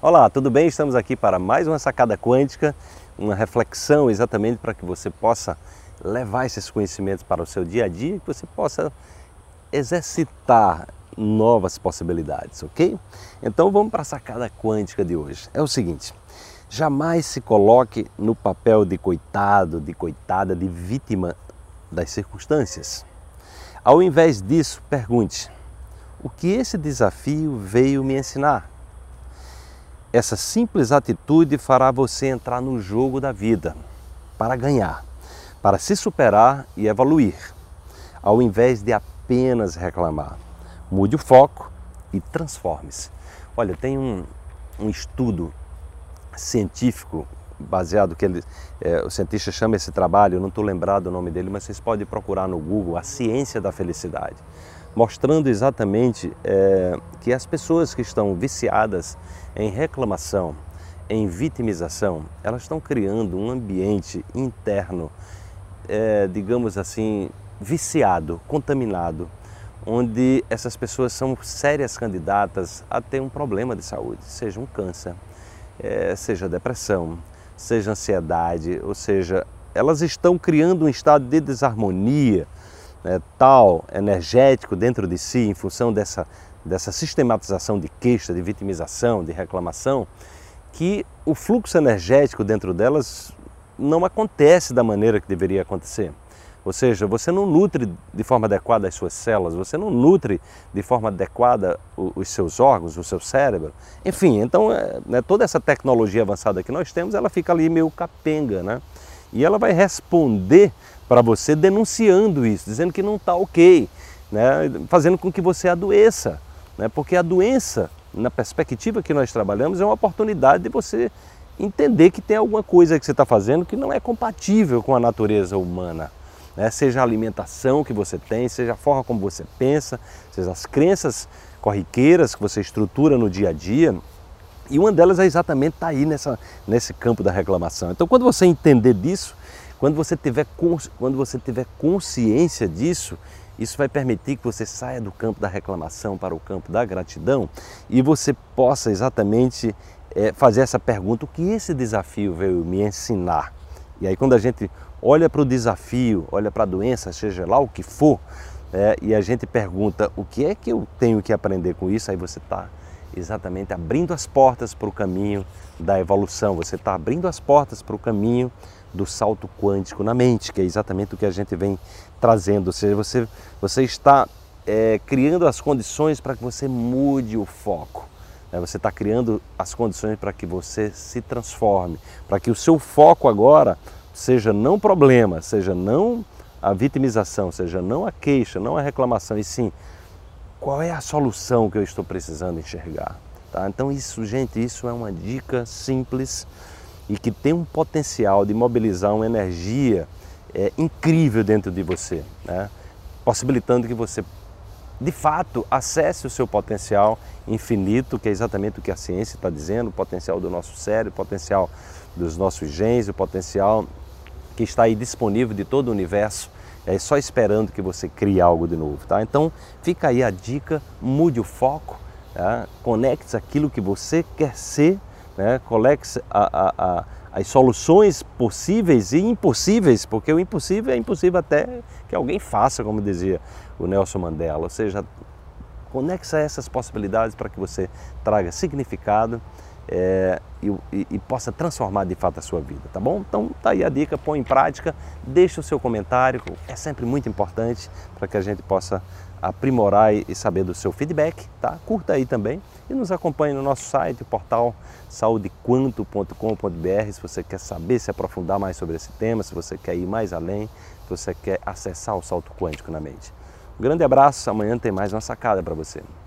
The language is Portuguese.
Olá, tudo bem? Estamos aqui para mais uma sacada quântica, uma reflexão exatamente para que você possa levar esses conhecimentos para o seu dia a dia e que você possa exercitar novas possibilidades, ok? Então vamos para a sacada quântica de hoje. É o seguinte, jamais se coloque no papel de coitado, de coitada, de vítima das circunstâncias. Ao invés disso, pergunte: o que esse desafio veio me ensinar? Essa simples atitude fará você entrar no jogo da vida, para ganhar, para se superar e evoluir, ao invés de apenas reclamar. Mude o foco e transforme-se. Olha, tem um estudo científico baseado, o cientista chama esse trabalho, eu não estou lembrado do nome dele, mas vocês podem procurar no Google, A Ciência da Felicidade, mostrando exatamente que as pessoas que estão viciadas em reclamação, em vitimização, elas estão criando um ambiente interno, digamos assim, viciado, contaminado, onde essas pessoas são sérias candidatas a ter um problema de saúde, seja um câncer, seja depressão, seja ansiedade, ou seja, elas estão criando um estado de desarmonia tal, energético dentro de si, em função dessa sistematização de queixa, de vitimização, de reclamação, que o fluxo energético dentro delas não acontece da maneira que deveria acontecer. Ou seja, você não nutre de forma adequada as suas células, você não nutre de forma adequada os seus órgãos, o seu cérebro. Enfim, então toda essa tecnologia avançada que nós temos, ela fica ali meio capenga, né? E ela vai responder para você denunciando isso, dizendo que não está ok, né? Fazendo com que você adoeça, né? Porque a doença, na perspectiva que nós trabalhamos, é uma oportunidade de você entender que tem alguma coisa que você está fazendo que não é compatível com a natureza humana. Seja a alimentação que você tem, seja a forma como você pensa, seja as crenças corriqueiras que você estrutura no dia a dia. E uma delas é exatamente estar aí nesse campo da reclamação. Então, quando você entender disso, quando você tiver consciência disso, isso vai permitir que você saia do campo da reclamação para o campo da gratidão e você possa exatamente fazer essa pergunta: o que esse desafio veio me ensinar? E aí, quando a gente olha para o desafio, olha para a doença, seja lá o que for, e a gente pergunta: o que é que eu tenho que aprender com isso? Aí você está exatamente abrindo as portas para o caminho da evolução, você está abrindo as portas para o caminho do salto quântico na mente, que é exatamente o que a gente vem trazendo. Ou seja, você está criando as condições para que você mude o foco. Você está criando as condições para que você se transforme, para que o seu foco agora seja não problema, seja não a vitimização, seja não a queixa, não a reclamação, e sim, qual é a solução que eu estou precisando enxergar? Tá? Então isso, gente, isso é uma dica simples e que tem um potencial de mobilizar uma energia incrível dentro de você, né? Possibilitando que você, de fato, acesse o seu potencial infinito, que é exatamente o que a ciência está dizendo, o potencial do nosso cérebro, o potencial dos nossos genes, o potencial que está aí disponível de todo o universo, só esperando que você crie algo de novo, tá? Então fica aí a dica: mude o foco, tá? Conecte aquilo que você quer ser, né? Conecte as soluções possíveis e impossíveis, porque o impossível é impossível até que alguém faça, como dizia o Nelson Mandela. Ou seja, conecte a essas possibilidades para que você traga significado e possa transformar de fato a sua vida, tá bom? Então tá aí a dica, põe em prática, deixa o seu comentário, é sempre muito importante para que a gente possa aprimorar e saber do seu feedback, tá? Curta aí também e nos acompanhe no nosso site, o portal saudequanto.com.br, se você quer saber, se aprofundar mais sobre esse tema, se você quer ir mais além, se você quer acessar o salto quântico na mente. Um grande abraço, amanhã tem mais uma sacada para você.